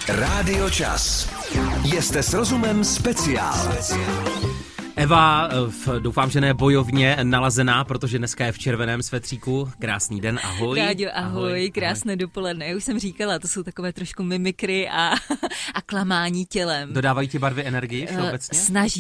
Rádio Čas. Jste s rozumem speciál. Eva, doufám, že ne bojovně nalazená, protože dneska je v červeném svetříku. Krásný den, ahoj. Rádio, ahoj, krásné dopoledne. Já už jsem říkala, to jsou takové trošku mimikry a klamání tělem. Dodávají ti barvy energii všeobecně?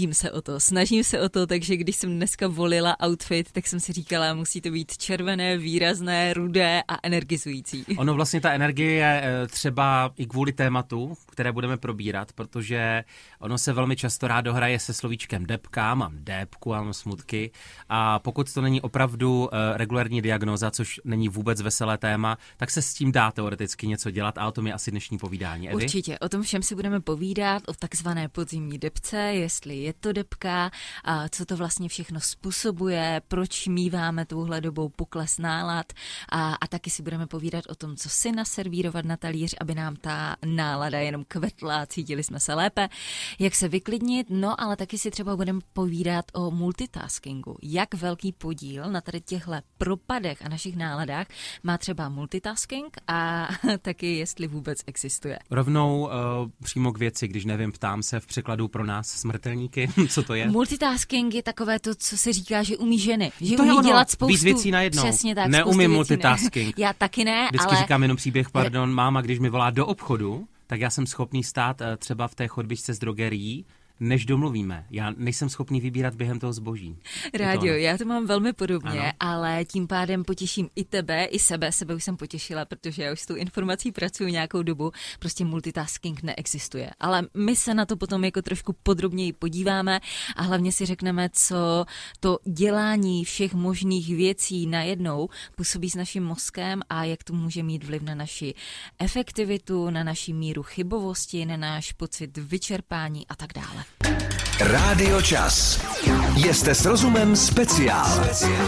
Snažím se o to, takže když jsem dneska volila outfit, tak jsem si říkala, musí to být červené, výrazné, rudé a energizující. Ono vlastně ta energie je třeba i kvůli tématu, které budeme probírat, protože ono se velmi často rádo hraje se slovíčkem depka, mám dépku a mám smutky a pokud to není opravdu regulární diagnóza, což není vůbec veselé téma, tak se s tím dá teoreticky něco dělat a o tom je asi dnešní povídání. Evi? Určitě, o tom všem si budeme povídat, o takzvané podzimní depce, jestli je to depka, a co to vlastně všechno způsobuje, proč míváme touhle dobou pokles nálad a taky si budeme povídat o tom, co si naservírovat na talíř, aby nám ta nálada jenom kvetla, cítili jsme se lépe, jak se vyklidnit, no ale taky si třeba budeme povídat o multitaskingu. Jak velký podíl na tady těchto propadech a našich náladách má třeba multitasking a taky jestli vůbec existuje. Rovnou přímo k věci, když nevím, ptám se v překladu pro nás smrtelníky, co to je? Multitasking je takové to, co se říká, že umí ženy. Že to umí dělat spoustu víc věcí najednou. Přesně tak. Neumím multitasking. Já taky ne, vždycky ale říkám jenom příběh, máma, když mi volá do obchodu, tak já jsem schopný stát třeba v té chodbičce s drogerií, než domluvíme. Já nejsem schopný vybírat během toho zboží. Rádio, já to mám velmi podobně, ano. Ale tím pádem potěším i tebe, i sebe. Sebe už jsem potěšila, protože já už s tou informací pracuji nějakou dobu. Prostě multitasking neexistuje. Ale my se na to potom jako trošku podrobněji podíváme a hlavně si řekneme, co to dělání všech možných věcí najednou působí s naším mozkem a jak to může mít vliv na naši efektivitu, na naši míru chybovosti, na náš pocit vyčerpání a tak dále. Rádio Čas. Jste s rozumem speciál.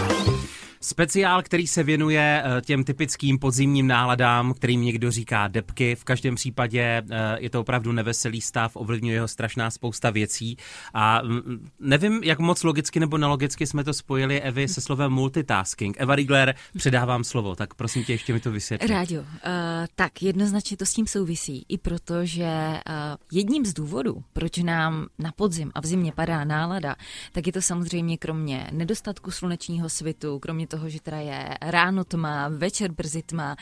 Speciál, který se věnuje těm typickým podzimním náladám, kterým někdo říká depky. V každém případě je to opravdu neveselý stav, ovlivňuje ho strašná spousta věcí. A nevím, jak moc logicky nebo nelogicky jsme to spojili, Evi, se slovem multitasking. Eva Riegler, předávám slovo, tak prosím tě, ještě mi to vysvětli. Rádio, tak jednoznačně to s tím souvisí. I proto, že jedním z důvodů, proč nám na podzim a v zimě padá nálada, tak je to samozřejmě kromě nedostatku slunečního svitu, kromě toho, že teda je ráno tma, večer brzy tma,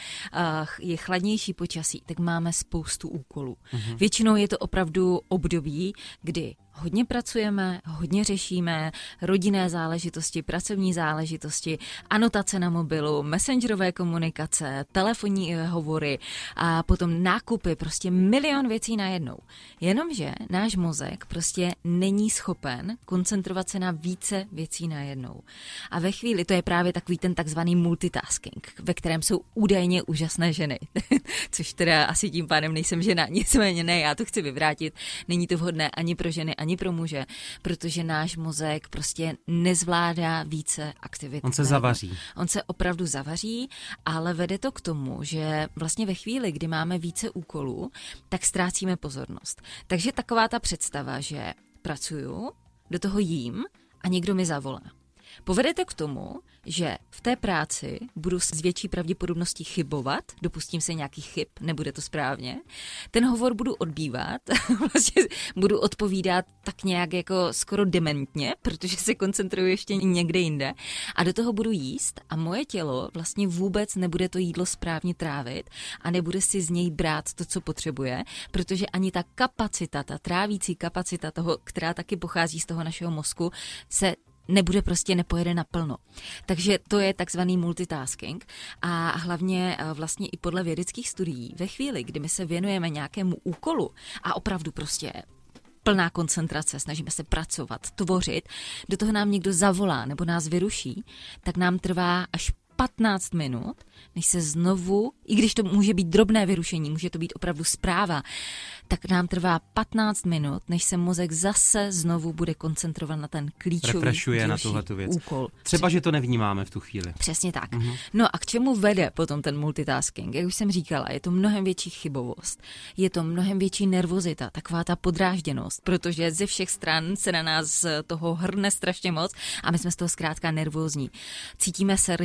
je chladnější počasí, tak máme spoustu úkolů. Většinou je to opravdu období, kdy hodně pracujeme, hodně řešíme rodinné záležitosti, pracovní záležitosti, anotace na mobilu, messengerové komunikace, telefonní hovory a potom nákupy, prostě milion věcí najednou. Jenomže náš mozek prostě není schopen koncentrovat se na více věcí najednou. A ve chvíli, to je právě takový ten takzvaný multitasking, ve kterém jsou údajně úžasné ženy. Což teda asi tím pádem nejsem žena, nicméně ne, já to chci vyvrátit. Není to vhodné ani pro ženy, ani pro muže, protože náš mozek prostě nezvládá více aktivit. On se zavaří. On se opravdu zavaří, ale vede to k tomu, že vlastně ve chvíli, kdy máme více úkolů, tak ztrácíme pozornost. Takže taková ta představa, že pracuju, do toho jím a někdo mi zavolá. Povede to k tomu, že v té práci budu s větší pravděpodobností chybovat, dopustím se nějakých chyb, nebude to správně. Ten hovor budu odbývat, vlastně budu odpovídat tak nějak jako skoro dementně, protože se koncentruju ještě někde jinde a do toho budu jíst a moje tělo vlastně vůbec nebude to jídlo správně trávit a nebude si z něj brát to, co potřebuje, protože ani ta kapacita, ta trávící kapacita toho, která taky pochází z toho našeho mozku, se nepojede naplno. Takže to je takzvaný multitasking a hlavně vlastně i podle vědeckých studií ve chvíli, kdy my se věnujeme nějakému úkolu a opravdu prostě plná koncentrace, snažíme se pracovat, tvořit, do toho nám někdo zavolá nebo nás vyruší, tak nám trvá až 15 minut, než se znovu, i když to může být drobné vyrušení, může to být opravdu zpráva, tak nám trvá 15 minut, než se mozek zase znovu bude koncentrovat na ten klíčový na tuhletu věc. Úkol. Třeba, že to nevnímáme v tu chvíli. Přesně tak. No a k čemu vede potom ten multitasking? Jak už jsem říkala, je to mnohem větší chybovost, je to mnohem větší nervozita, taková ta podrážděnost, protože ze všech stran se na nás toho hrne strašně moc a my jsme z toho zkrátka nervózní. Cítíme se rychleji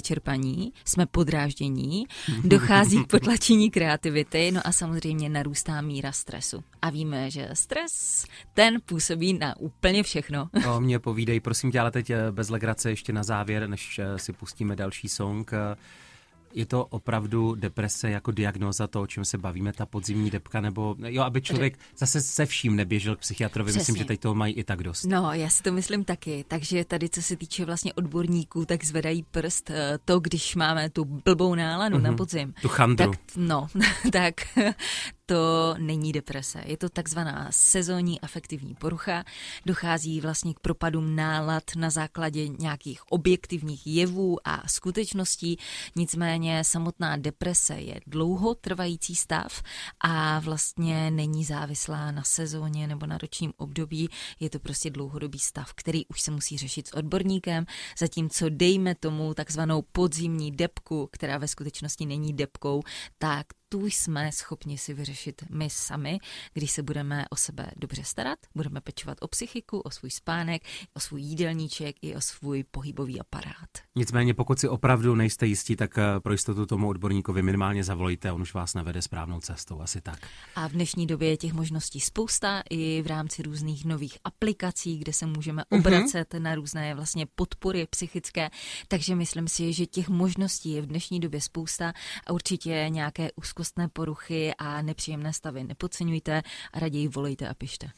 vyčerpaní, jsme podráždění, dochází k potlačení kreativity, no a samozřejmě narůstá míra stresu. A víme, že stres, ten působí na úplně všechno. O mě povídej, prosím tě, ale teď bez legrace ještě na závěr, než si pustíme další song. Je to opravdu deprese jako diagnóza, to, o čem se bavíme, ta podzimní depka, nebo jo, aby člověk zase se vším neběžel k psychiatrovi, Přesně. myslím, že teď toho mají i tak dost. No, já si to myslím taky, takže tady, co se týče vlastně odborníků, tak zvedají prst to, když máme tu blbou náladu na podzim. Tu chandru. Tak, no, tak to není deprese. Je to takzvaná sezónní afektivní porucha. Dochází vlastně k propadům nálad na základě nějakých objektivních jevů a skutečností. Nicméně samotná deprese je dlouhotrvající stav a vlastně není závislá na sezóně nebo na ročním období. Je to prostě dlouhodobý stav, který už se musí řešit s odborníkem, zatímco dejme tomu takzvanou podzimní depku, která ve skutečnosti není depkou, tak tu jsme schopni si vyřešit my sami, když se budeme o sebe dobře starat, budeme pečovat o psychiku, o svůj spánek, o svůj jídelníček i o svůj pohybový aparát. Nicméně pokud si opravdu nejste jistí, tak pro jistotu tomu odborníkovi minimálně zavolejte, on už vás navede správnou cestou, asi tak. A v dnešní době je těch možností spousta i v rámci různých nových aplikací, kde se můžeme obracet na různé vlastně podpory psychické, takže myslím si, že těch možností je v dnešní době spousta a určitě nějaké úzkostné poruchy a nepříjemné stavy nepodceňujte a raději volejte a pište.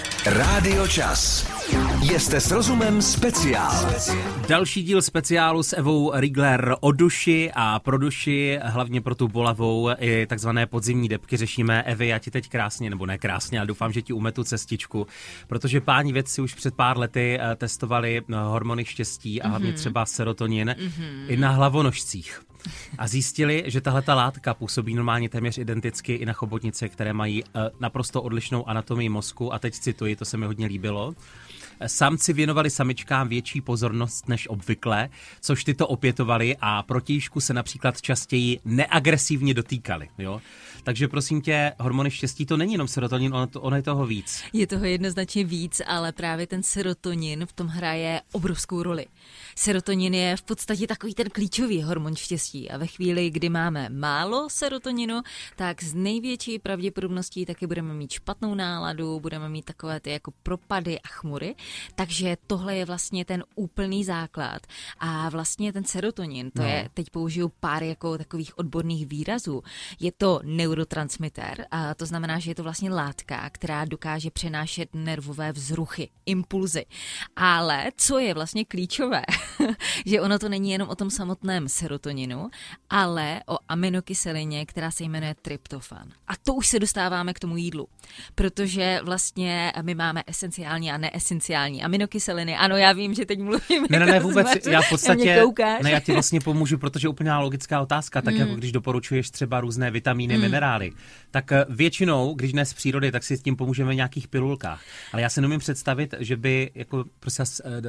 Rádio Čas. Jste s rozumem speciál. Další díl speciálu s Evou Riegler o duši a pro duši, hlavně pro tu bolavou i takzvané podzimní depky řešíme. Evi, já ti teď krásně, nebo ne krásně, ale doufám, že ti umetu cestičku, protože páni vědci už před pár lety testovali hormony štěstí a hlavně třeba serotonin i na hlavonožcích. A zjistili, že tahleta látka působí normálně téměř identicky i na chobotnice, které mají naprosto odlišnou anatomii mozku. A teď cituji, to se mi hodně líbilo. Samci věnovali samičkám větší pozornost než obvykle, což ty to opětovali a protějšku se například častěji neagresivně dotýkali. Jo? Takže prosím tě, hormony štěstí to není jenom serotonin, ono je toho víc. Je toho jednoznačně víc, ale právě ten serotonin v tom hraje obrovskou roli. Serotonin je v podstatě takový ten klíčový hormon štěstí a ve chvíli, kdy máme málo serotoninu, tak z největší pravděpodobností taky budeme mít špatnou náladu, budeme mít takové ty jako propady a chmury, takže tohle je vlastně ten úplný základ a vlastně ten serotonin, to je, teď použiju pár jako takových odborných výrazů, je to neurotransmitter a to znamená, že je to vlastně látka, která dokáže přenášet nervové vzruchy, impulzy. Ale co je vlastně klíčové, že ono to není jenom o tom samotném serotoninu, ale o aminokyselině, která se jmenuje tryptofan. A to už se dostáváme k tomu jídlu, protože vlastně my máme esenciální a neesenciální aminokyseliny. Ano, já vím, že teď mluvím. Ne, vůbec, já v podstatě, já ti vlastně pomůžu, protože úplná logická otázka, tak jako když doporučuješ třeba různé vitamíny, minerály, tak většinou, když ne z přírody, tak si s tím pomůžeme v nějakých pilulkách. Ale já si nemůžu představit, že by jako prostě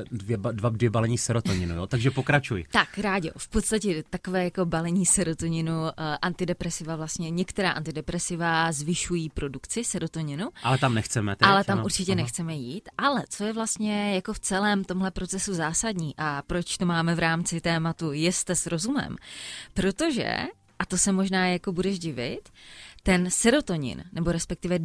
dvě balení serotoninu, jo? Takže pokračuj. Tak, Ráďo, v podstatě takové jako balení serotoninu, antidepresiva vlastně, některá antidepresiva zvyšují produkci serotoninu. Ale tam nechceme teď. Ale tam určitě nechceme jít. Ale co je vlastně jako v celém tomhle procesu zásadní a proč to máme v rámci tématu Jste s rozumem? Protože, a to se možná jako budeš divit, ten serotonin, nebo respektive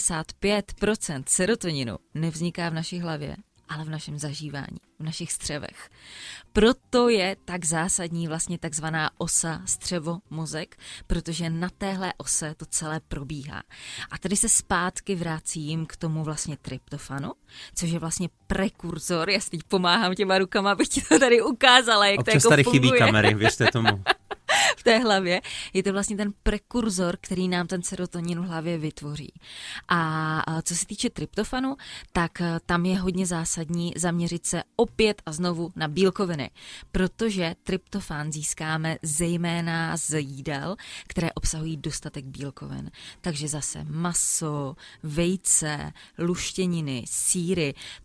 95% serotoninu nevzniká v naší hlavě, ale v našem zažívání, v našich střevech. Proto je tak zásadní vlastně takzvaná osa střevo-mozek, protože na téhle ose to celé probíhá. A tady se zpátky vracím k tomu vlastně tryptofanu, což je vlastně prekurzor, já si teď pomáhám těma rukama, abych ti to tady ukázala, jak občas to jako tady funguje. chybí kamery, věřte tomu. V té hlavě, je to vlastně ten prekurzor, který nám ten serotonin v hlavě vytvoří. A co se týče tryptofanu, tak tam je hodně zásadní zaměřit se opět a znovu na bílkoviny, protože tryptofan získáme zejména z jídel, které obsahují dostatek bílkovin. Takže zase maso, vejce, luštěniny, sýry,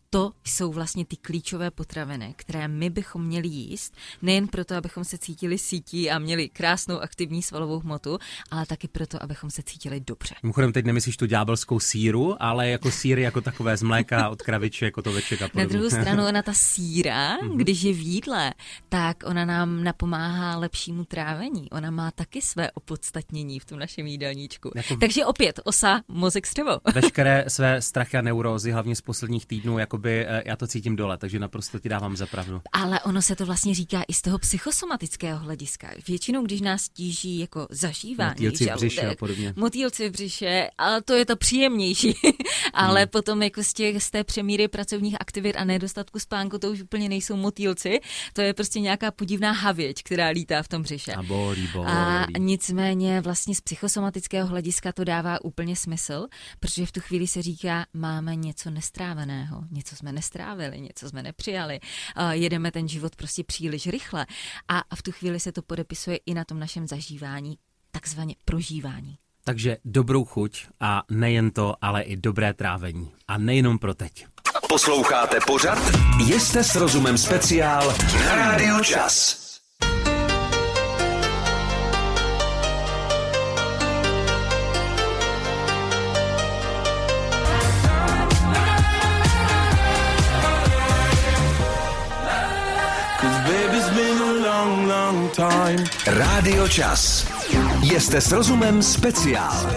to jsou vlastně ty klíčové potraviny, které my bychom měli jíst, nejen proto, abychom se cítili sítí a měli krásnou aktivní svalovou hmotu, ale taky proto, abychom se cítili dobře. Mimochodem, teď nemyslíš tu ďábelskou síru, ale jako síry jako takové z mléka od kraviček, od oveček a podobně. Na druhou stranu ona ta síra, když je v jídle, tak ona nám napomáhá lepšímu trávení. Ona má taky své opodstatnění v tom našem jídelníčku. Takže opět osa, mozek, střevo. Veškeré své strachy a neurózy, hlavně z posledních týdnů, jakoby já to cítím dole, takže naprosto ti dávám za pravdu. Ale ono se to vlastně říká i z toho psychosomatického hlediska. Většinou, když nás tíží jako zažívání, motýlci v břiše a podobně. Motýlci v břiše, ale to je to příjemnější. Ale potom jako z té přemíry pracovních aktivit a nedostatku spánku, to už úplně nejsou motýlci, to je prostě nějaká podivná havěť, která lítá v tom břiše. A bolí. A nicméně vlastně z psychosomatického hlediska to dává úplně smysl, protože v tu chvíli se říká, máme něco nestráveného, něco jsme nestrávili, něco jsme nepřijali, jedeme ten život prostě příliš rychle a v tu chvíli se to podepisuje i na tom našem zažívání, takzvaně prožívání. Takže dobrou chuť a nejen to, ale i dobré trávení. A nejenom pro teď. Posloucháte pořad Jste s rozumem speciál na Rádiu Čas. Rádio Čas. Jste s rozumem speciál.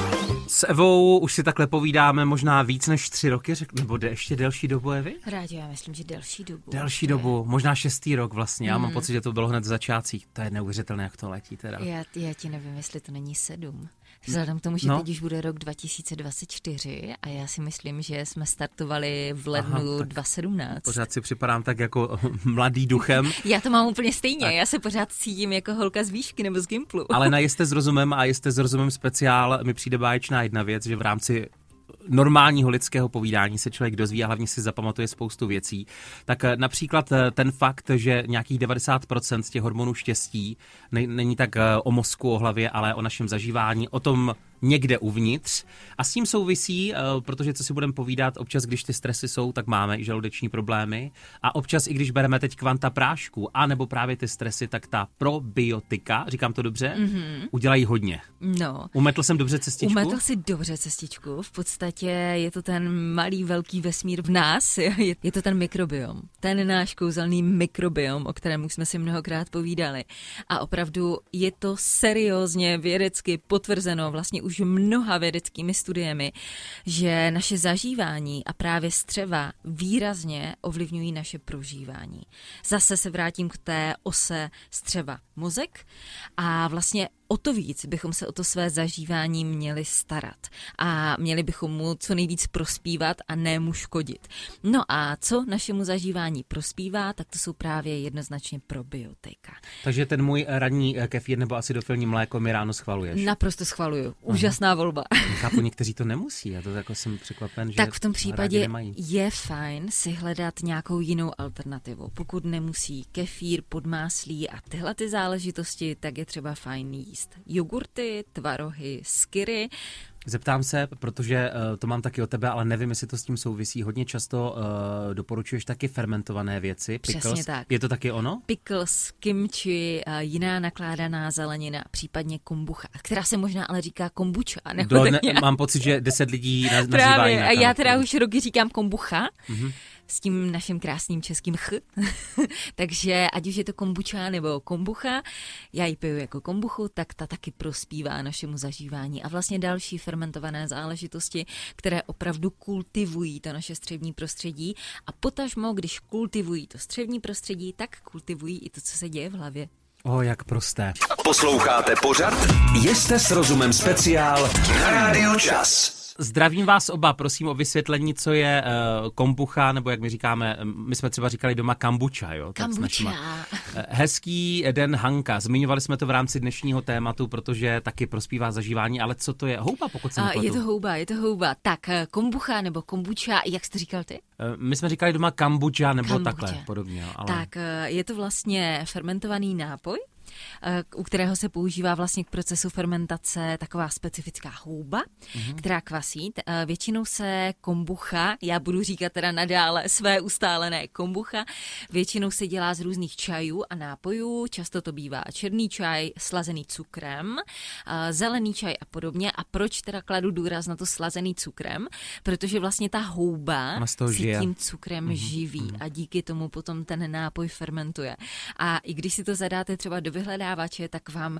S Evou už si takhle povídáme možná víc než 3 roky, nebo ještě delší dobu, Evi? Rádio, já myslím, že delší dobu. Delší dobu, možná 6. rok vlastně. Já mám pocit, že to bylo hned v začátcích. To je neuvěřitelné, jak to letí teda. Já ti nevím, jestli to není 7. Vzhledem k tomu, že teď už bude rok 2024 a já si myslím, že jsme startovali v lednu 2017. Pořád si připadám tak jako mladý duchem. Já to mám úplně stejně, já se pořád cítím jako holka z výšky nebo z Gimplu. Ale na Jste s rozumem a Jste s rozumem speciál mi přijde báječná jedna věc, že v rámci normálního lidského povídání se člověk dozví a hlavně si zapamatuje spoustu věcí. Tak například ten fakt, že nějakých 90% z těch hormonů štěstí není tak o mozku, o hlavě, ale o našem zažívání, o tom někde uvnitř. A s tím souvisí, protože co si budeme povídat, občas, když ty stresy jsou, tak máme i žaludeční problémy. A občas, i když bereme teď kvanta prášku, anebo právě ty stresy, tak ta probiotika, říkám to dobře, udělají hodně. No. Umetl jsem dobře cestičku? Umetl si dobře cestičku. V podstatě je to ten malý, velký vesmír v nás. Je to ten mikrobiom. Ten náš kouzelný mikrobiom, o kterém už jsme si mnohokrát povídali. A opravdu je to seriózně vědecky potvrzeno vlastně už mnoha vědeckými studiemi, že naše zažívání a právě střeva výrazně ovlivňují naše prožívání. Zase se vrátím k té ose střeva mozek a vlastně o to víc bychom se o to své zažívání měli starat a měli bychom mu co nejvíc prospívat a ne mu škodit. No a co našemu zažívání prospívá, tak to jsou právě jednoznačně probiotika. Takže ten můj ranní kefír nebo acidofilní mléko mi ráno schvaluješ? Naprosto schvaluju. Úžasná volba. Chápu, někteří to nemusí, já to jako jsem překvapen, že tak v tom případě je fajn si hledat nějakou jinou alternativu. Pokud nemusí kefír, podmáslí a tyhle ty záležitosti, tak je třeba fajn jíst jogurty, tvarohy, skyry. Zeptám se, protože to mám taky od tebe, ale nevím, jestli to s tím souvisí. Hodně často doporučuješ taky fermentované věci. Pickles. Přesně tak. Je to taky ono? Pickles, kimchi, jiná nakládaná zelenina, případně kombucha, která se možná ale říká kombucha. Mám pocit, že 10 lidí nazývá právě, jinak. A já teda už roky říkám kombucha. S tím naším krásným českým ch. Takže ať už je to kombucha nebo kombucha, já ji piju jako kombuchu, tak ta taky prospívá našemu zažívání. A vlastně další fermentované záležitosti, které opravdu kultivují to naše střevní prostředí a potažmo, když kultivují to střevní prostředí, tak kultivují i to, co se děje v hlavě. Jak prosté. Posloucháte pořad Jste s rozumem speciál na Rádiu Čas. Zdravím vás oba, prosím o vysvětlení, co je kombucha, nebo jak my říkáme, my jsme třeba říkali doma kambuča, jo? Kambuča. Hezký den, Hanka. Zmiňovali jsme to v rámci dnešního tématu, protože taky prospívá zažívání, ale co to je? Houba, pokud se nepletu. Je to houba. Tak, kombucha nebo kombuča, jak jsi to říkal ty? My jsme říkali doma kambuča nebo takhle podobně. Ale... Tak, je to vlastně fermentovaný nápoj, u kterého se používá vlastně k procesu fermentace taková specifická houba, která kvasí. Většinou se kombucha, já budu říkat teda nadále své ustálené kombucha, většinou se dělá z různých čajů a nápojů, často to bývá černý čaj slazený cukrem, zelený čaj a podobně. A proč teda kladu důraz na to slazený cukrem? Protože vlastně ta houba si tím cukrem živí a díky tomu potom ten nápoj fermentuje. A i když si to zadáte třeba do vyhledávače, tak vám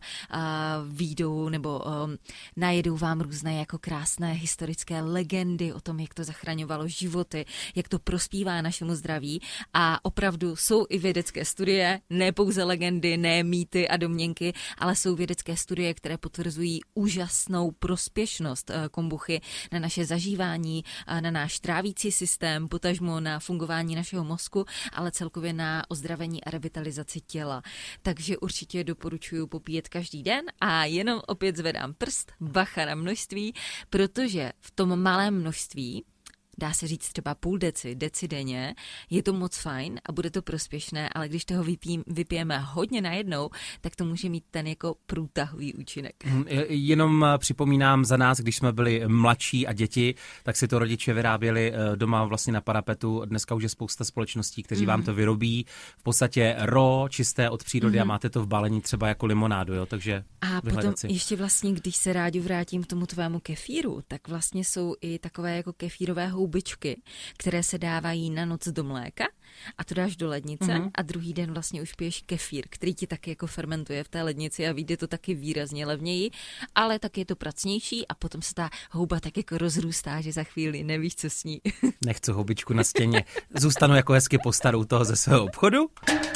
výjdou nebo najedou vám různé jako krásné historické legendy o tom, jak to zachraňovalo životy, jak to prospívá našemu zdraví. A opravdu jsou i vědecké studie, ne pouze legendy, ne mýty a domněnky, ale jsou vědecké studie, které potvrzují úžasnou prospěšnost kombuchy na naše zažívání, na náš trávící systém, potažmo na fungování našeho mozku, ale celkově na ozdravení a revitalizaci těla. Takže určitě doporučuji popíjet každý den a jenom opět zvedám prst, bacha na množství, protože v tom malém množství, dá se říct třeba půl deci denně, je to moc fajn a bude to prospěšné, ale když toho vypijeme hodně najednou, tak to může mít ten jako průtahový účinek. Jenom připomínám za nás, když jsme byli mladší a děti, tak si to rodiče vyráběli doma vlastně na parapetu. Dneska už je spousta společností, kteří vám to vyrobí v podstatě čisté od přírody a máte to v balení třeba jako limonádu, jo, takže a potom ještě vlastně, když se rádi vrátím k tomu tvému kefíru, tak vlastně jsou i takové jako kefírové houbičky, které se dávají na noc do mléka a to dáš do lednice a druhý den vlastně už piješ kefír, který ti taky jako fermentuje v té lednici a vyjde to taky výrazně levněji, ale taky je to pracnější a potom se ta houba tak jako rozrůstá, že za chvíli nevíš, co s ní. Nechci houbičku na stěně. Zůstanu jako hezky postarou toho ze svého obchodu.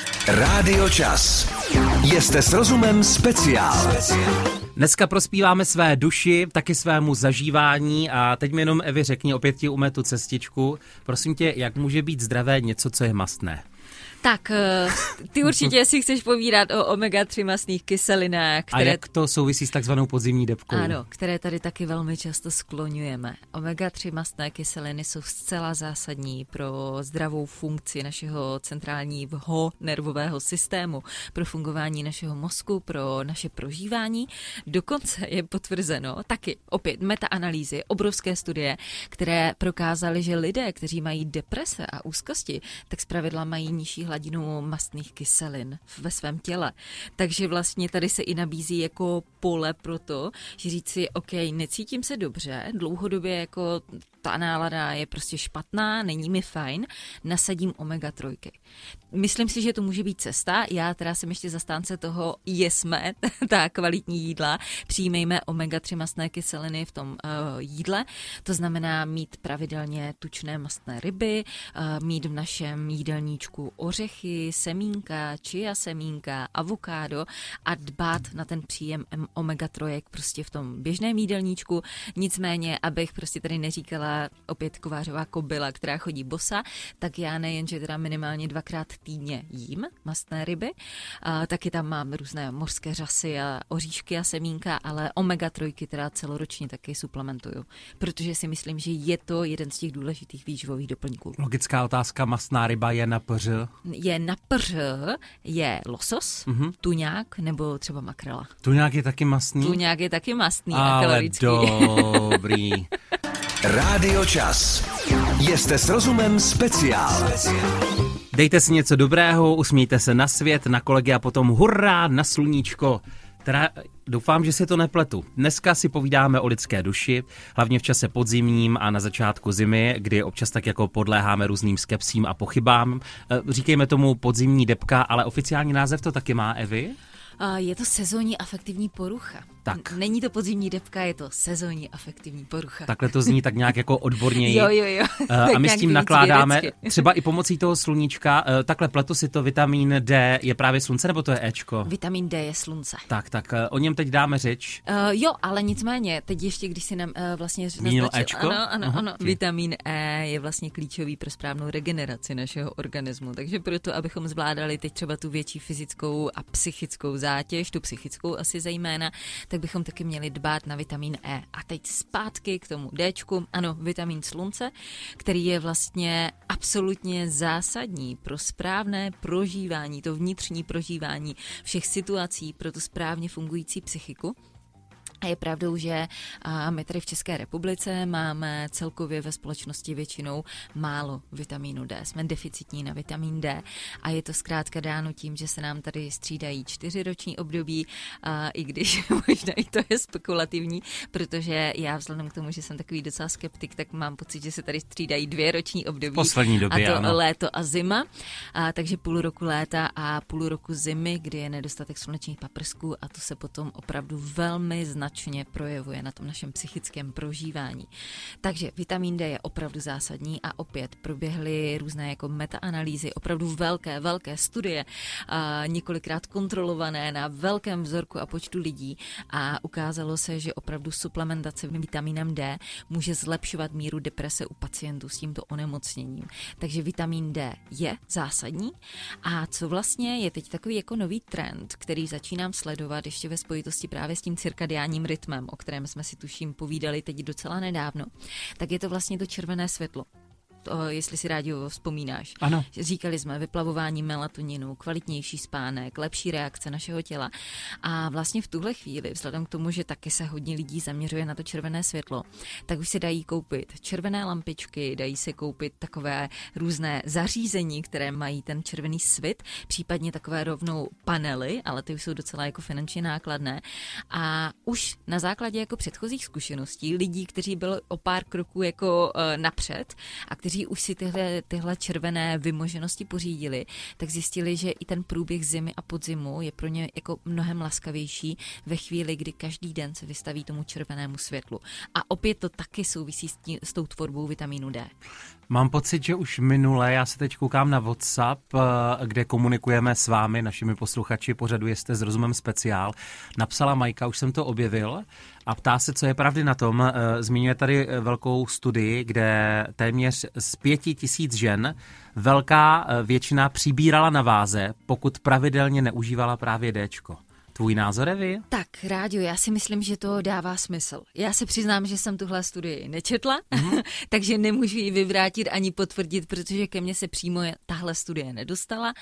Rádio Čas. Jste s rozumem speciál. Dneska prospíváme své duši, taky svému zažívání a teď mi jenom, Evi, řekni, opět ti umetu cestičku. Prosím tě, jak může být zdravé něco, co je mastné? Tak, ty určitě si chceš povídat o omega-3 mastných kyselinách. A jak to souvisí s takzvanou podzimní debkou? Ano, které tady taky velmi často skloňujeme. Omega-3 mastné kyseliny jsou zcela zásadní pro zdravou funkci našeho centrálního nervového systému, pro fungování našeho mozku, pro naše prožívání. Dokonce je potvrzeno taky opět metaanalýzy, obrovské studie, které prokázaly, že lidé, kteří mají deprese a úzkosti, tak zpravidla mají nižší hladinu mastných kyselin ve svém těle. Takže vlastně tady se i nabízí jako pole pro to, že říct si, OK, necítím se dobře, dlouhodobě jako ta nálada je prostě špatná, není mi fajn, nasadím omega-3. Myslím si, že to může být cesta. Já teda jsem ještě zastánce toho, jesme ta kvalitní jídla, přijmejme omega-3 mastné kyseliny v tom jídle. To znamená mít pravidelně tučné mastné ryby, mít v našem jídelníčku ořechy, semínka, chia semínka, avokádo a dbát na ten příjem omega-3 prostě v tom běžném jídelníčku. Nicméně, abych prostě tady neříkala opět kovářová kobyla, která chodí bosa, tak já nejenže teda minimálně 2krát týdně jím mastné ryby, taky tam mám různé mořské řasy a oříšky a semínka, ale omega-3 teda celoročně taky suplementuju, protože si myslím, že je to jeden z těch důležitých výživových doplňků. Logická otázka, mastná ryba je na PŘ? Je losos, tuňák nebo třeba makrela. Tuňák je taky mastný? Tuňák je taky mastný a kalorický. Dobrý. Rádio Čas. Jste s rozumem speciál. Dejte si něco dobrého, usmějte se na svět, na kolegy a potom hurá na sluníčko. Teda doufám, že si to nepletu. Dneska si povídáme o lidské duši, hlavně v čase podzimním a na začátku zimy, kdy občas tak jako podléháme různým skepsím a pochybám. Říkejme tomu podzimní debka, ale oficiální název to taky má, Evi? Je to sezónní afektivní porucha. Tak. Není to podzimní debka, je to sezónní afektivní porucha. Takhle to zní tak nějak jako odborněji. Jo. A my s tím nakládáme třeba i pomocí toho sluníčka. Takhle pletu si to, vitamin D je právě slunce, nebo to je Ečko? Vitamin D je slunce. Tak o něm teď dáme řeč. Jo, ale nicméně, teď ještě, když si nám vlastně Ečko? Ano. Vitamin E je vlastně klíčový pro správnou regeneraci našeho organismu. Takže proto, abychom zvládali teď třeba tu větší fyzickou a psychickou zátěž, tu psychickou asi zejména, tak bychom taky měli dbát na vitamin E. A teď zpátky k tomu Dčku, ano, vitamin slunce, který je vlastně absolutně zásadní pro správné prožívání, to vnitřní prožívání všech situací, pro tu správně fungující psychiku. A je pravdou, že my tady v České republice máme celkově ve společnosti většinou málo vitamínu D. Jsme deficitní na vitamin D a je to zkrátka dáno tím, že se nám tady střídají 4roční období, i když možná i to je spekulativní, protože já vzhledem k tomu, že jsem takový docela skeptik, tak mám pocit, že se tady střídají 2roční období. Poslední době, a to ano. Léto a zima, takže půl roku léta a půl roku zimy, kdy je nedostatek slunečních paprsků a to se potom opravdu velmi značně projevuje na tom našem psychickém prožívání. Takže vitamin D je opravdu zásadní a opět proběhly různé jako metaanalýzy, opravdu velké studie, několikrát kontrolované na velkém vzorku a počtu lidí a ukázalo se, že opravdu suplementace vitaminem D může zlepšovat míru deprese u pacientů s tímto onemocněním. Takže vitamin D je zásadní a co vlastně je teď takový jako nový trend, který začínám sledovat ještě ve spojitosti právě s tím cirkadiánním rytmem, o kterém jsme si tuším povídali teď docela nedávno, tak je to vlastně to červené světlo. To, jestli si rádi vzpomínáš. Ano. Říkali jsme vyplavování melatoninu, kvalitnější spánek, lepší reakce našeho těla. A vlastně v tuhle chvíli, vzhledem k tomu, že taky se hodně lidí zaměřuje na to červené světlo, tak už se dají koupit červené lampičky, dají se koupit takové různé zařízení, které mají ten červený svit, případně takové rovnou panely, ale ty už jsou docela jako finančně nákladné. A už na základě jako předchozích zkušeností lidí, kteří byli o pár kroků jako napřed a kteří už si tyhle červené vymoženosti pořídili, tak zjistili, že i ten průběh zimy a podzimu je pro ně jako mnohem laskavější ve chvíli, kdy každý den se vystaví tomu červenému světlu. A opět to taky souvisí s tou tvorbou vitamínu D. Mám pocit, že už minule, já se teď koukám na WhatsApp, kde komunikujeme s vámi, našimi posluchači, pořadu Jste s rozumem speciál. Napsala Majka, už jsem to objevil, a ptá se, co je pravdy na tom. Zmiňuje tady velkou studii, kde téměř z 5000 žen velká většina přibírala na váze, pokud pravidelně neužívala právě Dčko. Tvůj názor, Evi? Tak, Ráďo, já si myslím, že to dává smysl. Já se přiznám, že jsem tuhle studii nečetla, takže nemůžu ji vyvrátit ani potvrdit, protože ke mně se přímo tahle studie nedostala.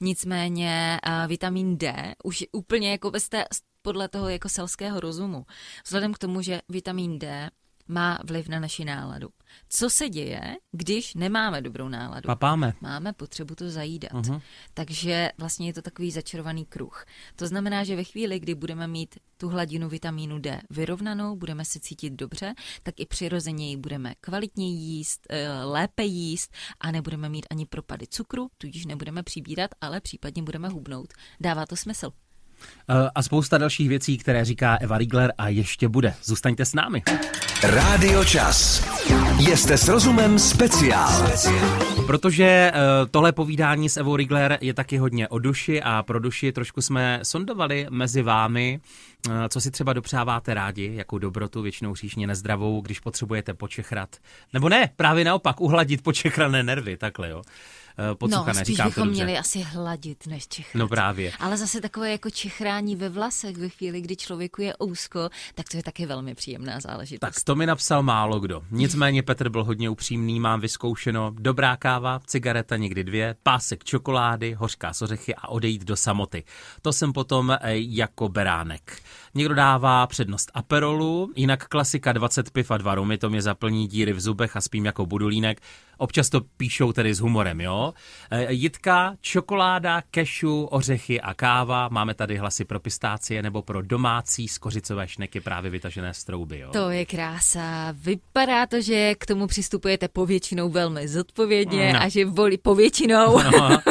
Nicméně vitamin D už úplně jako podle toho jako selského rozumu. Vzhledem k tomu, že vitamin D má vliv na naši náladu. Co se děje, když nemáme dobrou náladu? Papáme. Máme potřebu to zajídat. Takže vlastně je to takový začarovaný kruh. To znamená, že ve chvíli, kdy budeme mít tu hladinu vitamínu D vyrovnanou, budeme se cítit dobře, tak i přirozeněji budeme kvalitně jíst, lépe jíst a nebudeme mít ani propady cukru, tudíž nebudeme přibírat, ale případně budeme hubnout. Dává to smysl. A spousta dalších věcí, které říká Eva Rigler a ještě bude. Zůstaňte s námi. Rádio Čas. Jste s rozumem speciál. Protože tohle povídání s Evou Rigler je taky hodně o duši a pro duši trošku jsme sondovali mezi vámi, co si třeba dopřáváte rádi, jakou dobrotu, většinou říšně nezdravou, když potřebujete počechrat. Nebo ne, právě naopak, uhladit počechrané nervy, takhle jo. Podsuchané, spíš říkám bychom to dobře. měli asi hladit, než čechrat. No právě. Ale zase takové jako čechrání ve vlasech ve chvíli, kdy člověku je úzko, tak to je taky velmi příjemná záležitost. Tak to mi napsal málo kdo. Nicméně Petr byl hodně upřímný, mám vyzkoušeno dobrá káva, cigareta někdy 2, pásek čokolády, hořká z ořechy a odejít do samoty. To jsem potom jako beránek. Někdo dává přednost aperolu, jinak klasika 20 piv a 2 rumy, to mě zaplní díry v zubech a spím jako budulínek. Občas to píšou tedy s humorem, jo. Jitka, čokoláda, kešu, ořechy a káva. Máme tady hlasy pro pistácie nebo pro domácí skořicové šneky právě vytažené z trouby, jo. To je krása. Vypadá to, že k tomu přistupujete povětšinou velmi zodpovědně a že volí povětšinou. No.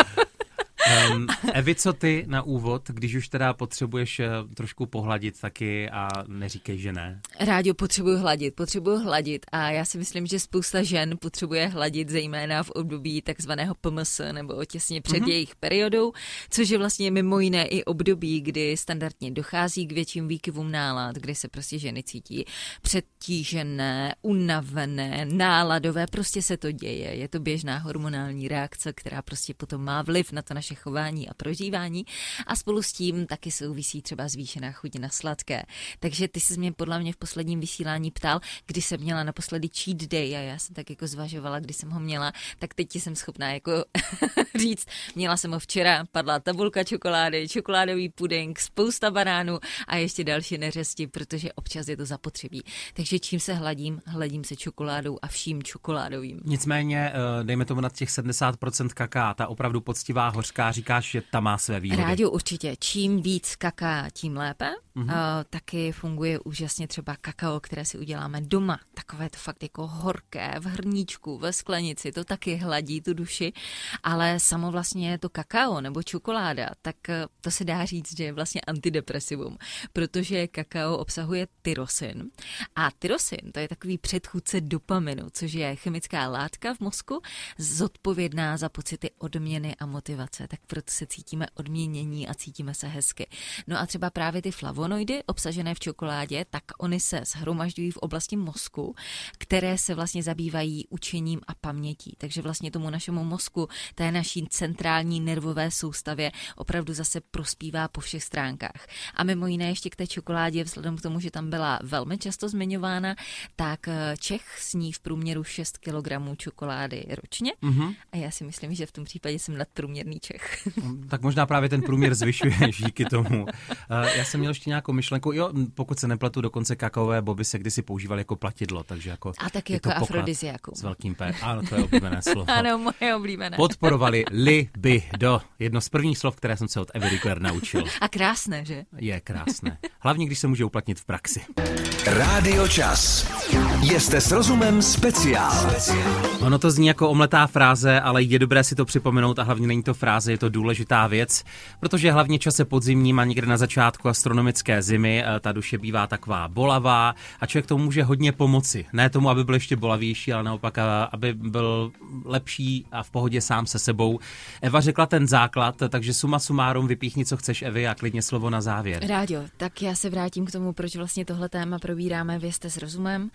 Evi, co ty na úvod, když už teda potřebuješ trošku pohladit taky a neříkej, že ne? Rádio, potřebuju hladit a já si myslím, že spousta žen potřebuje hladit zejména v období takzvaného PMS nebo těsně před jejich periodou, což je vlastně mimo jiné i období, kdy standardně dochází k větším výkyvům nálad, kdy se prostě ženy cítí přetížené, unavené, náladové, prostě se to děje. Je to běžná hormonální reakce, která prostě potom má vliv na to naše chování a prožívání a spolu s tím taky souvisí třeba zvýšená chuť na sladké. Takže ty jsi mě podle mě v posledním vysílání ptal, kdy jsem měla naposledy cheat day a já jsem tak jako zvažovala, kdy jsem ho měla, tak teď jsem schopná jako říct, měla jsem ho včera, padla tabulka čokolády, čokoládový puding, spousta banánů a ještě další neřesti, protože občas je to zapotřebí. Takže čím se hladím se čokoládou a vším čokoládovým. Nicméně, dejme tomu nad těch 70% kaká, ta opravdu poctivá hořká, říkáš, že ta má své výhody. Rádio určitě. Čím víc kaká, tím lépe. Taky funguje úžasně třeba kakao, které si uděláme doma. Takové to fakt jako horké, v hrníčku, ve sklenici, to taky hladí tu duši. Ale samo vlastně to kakao nebo čokoláda, tak to se dá říct, že je vlastně antidepresivum, protože kakao obsahuje tyrosin. A tyrosin, to je takový předchůdce dopaminu, což je chemická látka v mozku, zodpovědná za pocity odměny a motivace. Tak proto se cítíme odměnění a cítíme se hezky. No a třeba právě ty flavonoidy obsažené v čokoládě, tak oni se shromažďují v oblasti mozku, které se vlastně zabývají učením a pamětí. Takže vlastně tomu našemu mozku, té naší centrální nervové soustavě opravdu zase prospívá po všech stránkách. A mimo jiné ještě k té čokoládě, vzhledem k tomu, že tam byla velmi často zmiňována, tak Čech sní v průměru 6 kg čokolády ročně. A já si myslím, že v tom případě jsem nadprůměrný Čech. Tak možná právě ten průměr zvyšuješ díky tomu. Já jsem měl ještě nějakou myšlenku, pokud se nepletu, dokonce kakaové boby se kdysi používaly jako platidlo, takže jako a taky jako afrodiziakum. S velkým P. Ano, to je oblíbené slovo. Ano, moje oblíbené. Podporovali libido. Jedno z prvních slov, které jsem se od Evy Rikler naučil. A krásné, že? Je krásné. Hlavně, když se může uplatnit v praxi. Rádio Čas. Jste s rozumem speciál. Ono to zní jako omletá fráze, ale je dobré si to připomenout a hlavně není to fráze, je to důležitá věc, protože hlavně čase podzimním a někde na začátku astronomické zimy ta duše bývá taková bolavá a člověk tomu může hodně pomoci. Ne tomu, aby byl ještě bolavější, ale naopak, aby byl lepší a v pohodě sám se sebou. Eva řekla ten základ, takže suma sumárum vypíchni, co chceš, Evi, a klidně slovo na závěr. Rádio, tak já se vrátím k tomu, proč vlastně tohle téma probíráme Vězte s rozumem,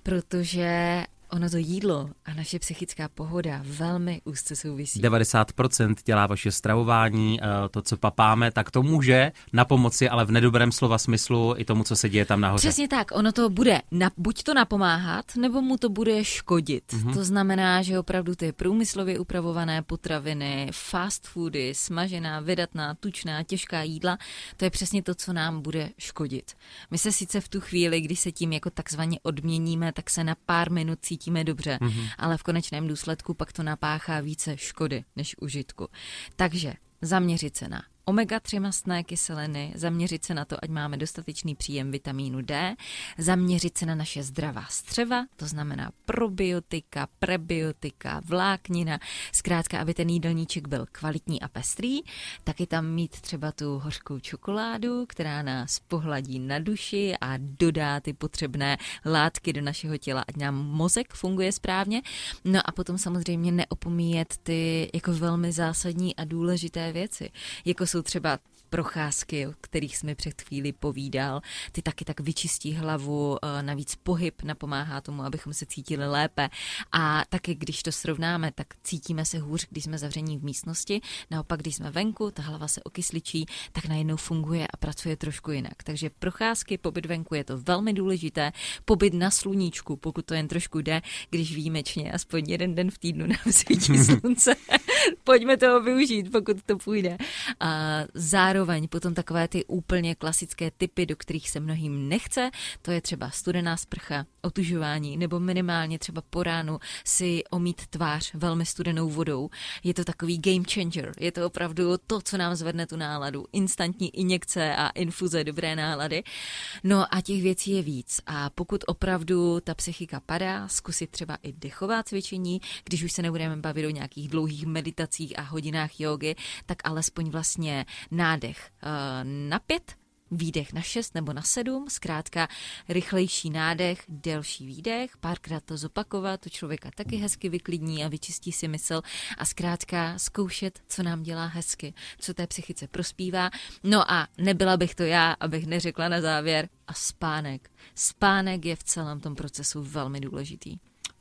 protože ono to jídlo a naše psychická pohoda velmi úzce souvisí. 90% dělá vaše stravování, to, co papáme, tak to může napomoci, ale v nedobrém slova smyslu i tomu, co se děje tam nahoře. Přesně tak, ono to bude buď to napomáhat, nebo mu to bude škodit. To znamená, že opravdu ty průmyslově upravované potraviny, fast foody, smažená, vydatná, tučná, těžká jídla, to je přesně to, co nám bude škodit. My se sice v tu chvíli, kdy se tím jako takzvaně odměníme, tak se na pár minut cítíme dobře, ale v konečném důsledku pak to napáchá více škody než užitku. Takže zaměřit se na omega-3 mastné kyseliny, zaměřit se na to, ať máme dostatečný příjem vitamínu D, zaměřit se na naše zdravá střeva, to znamená probiotika, prebiotika, vláknina, zkrátka, aby ten jídelníček byl kvalitní a pestrý, taky tam mít třeba tu hořkou čokoládu, která nás pohladí na duši a dodá ty potřebné látky do našeho těla, ať nám mozek funguje správně. No a potom samozřejmě neopomíjet ty jako velmi zásadní a důležité věci, jako jsou třeba procházky, o kterých jsme před chvíli povídal. Ty taky tak vyčistí hlavu, navíc pohyb napomáhá tomu, abychom se cítili lépe. A taky, když to srovnáme, tak cítíme se hůř, když jsme zavření v místnosti. Naopak, když jsme venku, ta hlava se okysličí, tak najednou funguje a pracuje trošku jinak. Takže procházky, pobyt venku je to velmi důležité. Pobyt na sluníčku, pokud to jen trošku jde, když výjimečně aspoň jeden den v týdnu nám svítí slunce. Pojďme toho využít, pokud to půjde. A zároveň potom takové ty úplně klasické typy, do kterých se mnohým nechce, to je třeba studená sprcha, otužování, nebo minimálně třeba po ránu si omít tvář velmi studenou vodou. Je to takový game changer. Je to opravdu to, co nám zvedne tu náladu. Instantní injekce a infuze dobré nálady. No a těch věcí je víc. A pokud opravdu ta psychika padá, zkusit třeba i dechová cvičení, když už se nebudeme bavit o nějakých dlouhých meditacích a hodinách jógy, tak alespoň vlastně nádech na 5, výdech na 6 nebo na 7, zkrátka rychlejší nádech, delší výdech, párkrát to zopakovat, to člověka taky hezky vyklidní a vyčistí si mysl a zkrátka zkoušet, co nám dělá hezky, co té psychice prospívá. No a nebyla bych to já, abych neřekla na závěr, a spánek. Spánek je v celém tom procesu velmi důležitý.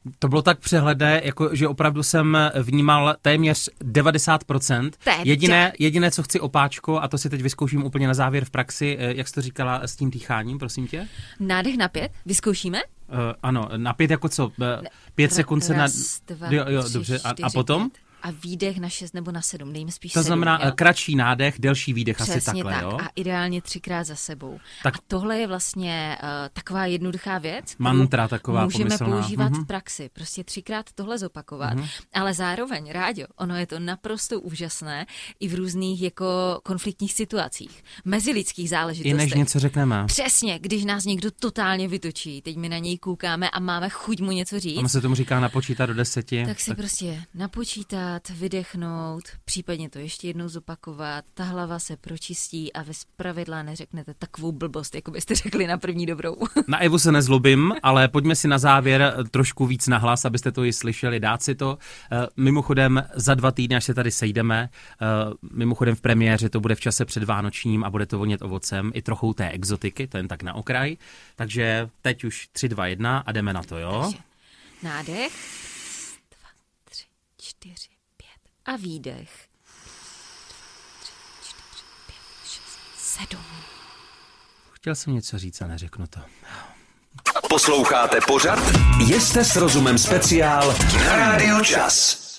To bylo tak přehledné, jako, že opravdu jsem vnímal téměř 90%. Jediné, co chci opáčko, a to si teď vyzkouším úplně na závěr v praxi, jak jsi to říkala s tím dýcháním, prosím tě? Nádech na 5, vyzkoušíme? Ano, na 5 jako co? 5 sekund se na... Jo, dobře, a potom? 5. A výdech na 6 nebo na 7, dejme spíš 7. To znamená kratší nádech, delší výdech, přesně asi takhle, tak, jo? A ideálně 3krát za sebou. Tak, a tohle je vlastně taková jednoduchá věc, mantra taková můžeme pomyslná. používat v praxi. Prostě 3krát tohle zopakovat, ale zároveň, Ráďo, ono je to naprosto úžasné i v různých jako konfliktních situacích, mezilidských záležitostech. I než něco řekneme. Přesně, když nás někdo totálně vytočí, teď my na něj koukáme a máme chuť mu něco říct. Ono se tomu říká napočítat do 10. Tak si prostě napočítat, vydechnout, případně to ještě jednou zopakovat, ta hlava se pročistí a vy zpravidla neřeknete takovou blbost, jako byste řekli na první dobrou. Na Evu se nezlobím, ale pojďme si na závěr trošku víc nahlas, abyste to i slyšeli, dát si to. Mimochodem za 2 týdny, až se tady sejdeme, mimochodem v premiéře to bude v čase předvánočním a bude to vonět ovocem, i trochu té exotiky, to jen tak na okraj. Takže teď už 3, 2, 1 a jdeme na to, jo? Takže nádech, 2, 3, 4, 5 a výdech. 2, 3, 4, 5, 6, 7. Chtěl jsem něco říct a neřeknu to. Posloucháte pořad Jste s rozumem speciál na Rádiu Čas.